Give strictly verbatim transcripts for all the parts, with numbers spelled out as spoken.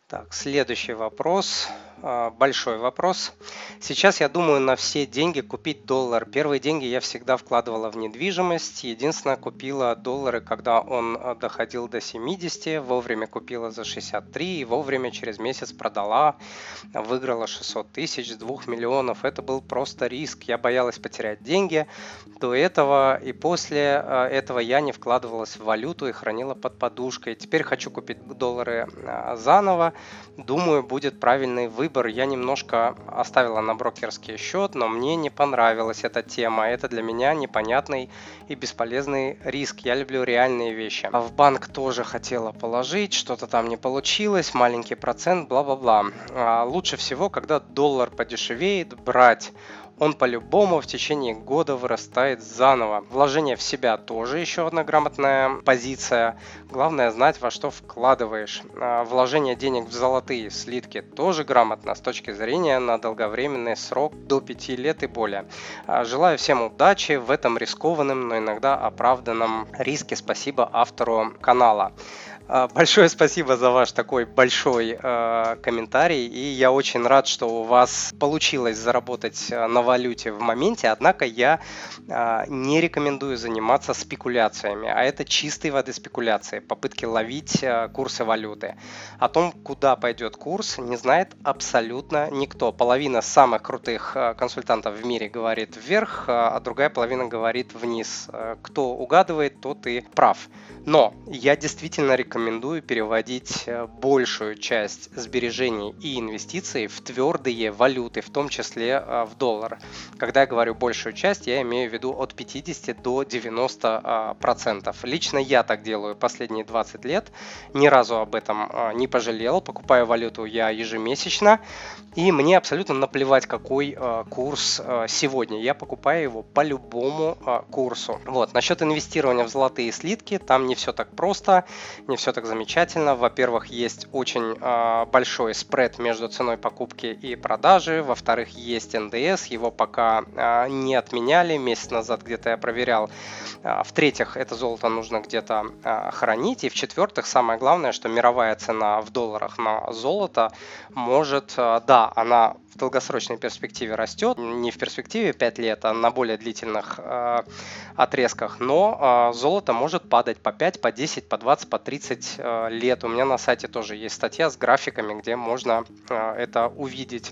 Так, следующий вопрос, а, большой вопрос. Сейчас я думаю на все деньги купить доллар. Первые деньги я всегда вкладывала в недвижимость. Единственное, купила доллары, когда он а, доходил до семидесяти, вовремя купила за шестьдесят три и вовремя через месяц продала, выиграла шестьсот тысяч с двух миллионов. Это был просто риск. Я боялась потерять деньги до этого, и после а, этого я не вкладывалась в валюту и хранила под подушкой. Теперь хочу купить доллары а, заново. Думаю, будет правильный выбор. Я немножко оставила на брокерский счет, но мне не понравилась эта тема. Это для меня непонятный и бесполезный риск. Я люблю реальные вещи. А в банк тоже хотела положить, что-то там не получилось, маленький процент, бла-бла-бла. А лучше всего, когда доллар подешевеет, брать. Он по-любому в течение года вырастает заново. Вложение в себя тоже еще одна грамотная позиция. Главное знать, во что вкладываешь. Вложение денег в золотые слитки тоже грамотно с точки зрения на долговременный срок до пяти лет и более. Желаю всем удачи в этом рискованном, но иногда оправданном риске. Спасибо автору канала. Большое спасибо за ваш такой большой э, комментарий, и я очень рад, что у вас получилось заработать на валюте в моменте, однако я э, не рекомендую заниматься спекуляциями, а это чистой воды спекуляции, попытки ловить э, курсы валюты. О том, куда пойдет курс, не знает абсолютно никто. Половина самых крутых э, консультантов в мире говорит вверх, э, а другая половина говорит вниз. Э, кто угадывает, тот и прав. Но я действительно рекомендую переводить большую часть сбережений и инвестиций в твердые валюты, в том числе в доллар. Когда я говорю большую часть, я имею в виду от пятидесяти до девяноста процентов. Лично я так делаю последние двадцать лет, ни разу об этом не пожалел. Покупаю валюту я ежемесячно, и мне абсолютно наплевать, какой курс сегодня. Я покупаю его по любому курсу. Вот. Насчет инвестирования в золотые слитки, там не все так просто, не все так замечательно. Во-первых, есть очень э, большой спред между ценой покупки и продажи. Во-вторых, есть эн дэ эс, его пока э, не отменяли. Месяц назад где-то я проверял. Э, в-третьих, это золото нужно где-то э, хранить. И в-четвертых, самое главное, что мировая цена в долларах на золото может, э, да, она в долгосрочной перспективе растет, не в перспективе пять лет, а на более длительных э, отрезках, но э, золото может падать по пять, по десять, по двадцать, по тридцать э, лет. У меня на сайте тоже есть статья с графиками, где можно э, это увидеть.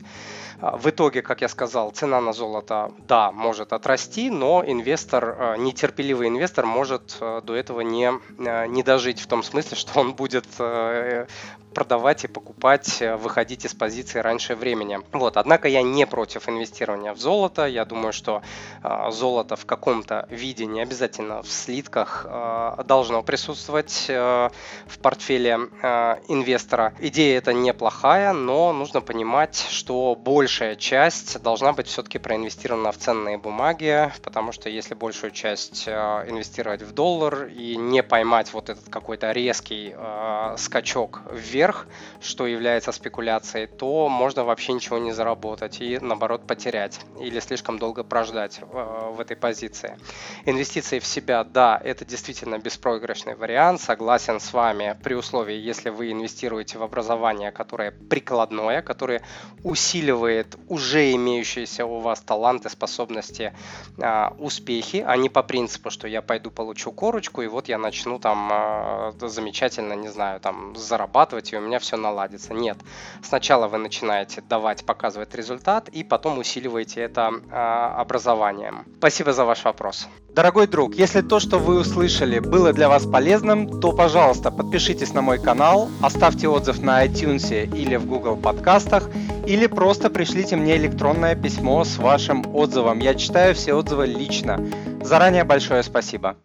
В итоге, как я сказал, цена на золото, да, может отрасти, но инвестор, нетерпеливый инвестор может до этого не, не дожить в том смысле, что он будет продавать и покупать, выходить из позиции раньше времени. Вот. Однако я не против инвестирования в золото. Я думаю, что золото в каком-то виде, не обязательно в слитках, должно присутствовать в портфеле инвестора. Идея эта неплохая, но нужно понимать, что большая часть должна быть все-таки проинвестирована в ценные бумаги, потому что если большую часть инвестировать в доллар и не поймать вот этот какой-то резкий скачок вверх, что является спекуляцией, то можно вообще ничего не заработать и наоборот потерять или слишком долго прождать в этой позиции. Инвестиции в себя, да, это действительно беспроигрышный вариант, согласен с вами, при условии, если вы инвестируете в образование, которое прикладное, которое усиливает уже имеющиеся у вас таланты, способности, успехи, а не по принципу, что я пойду получу корочку и вот я начну там замечательно, не знаю, там зарабатывать и у меня все наладится. Нет. Сначала вы начинаете давать, показывать результат, и потом усиливаете это а, образованием. Спасибо за ваш вопрос. Дорогой друг, если то, что вы услышали, было для вас полезным, то, пожалуйста, подпишитесь на мой канал, оставьте отзыв на iTunes или в Google подкастах, или просто пришлите мне электронное письмо с вашим отзывом. Я читаю все отзывы лично. Заранее большое спасибо.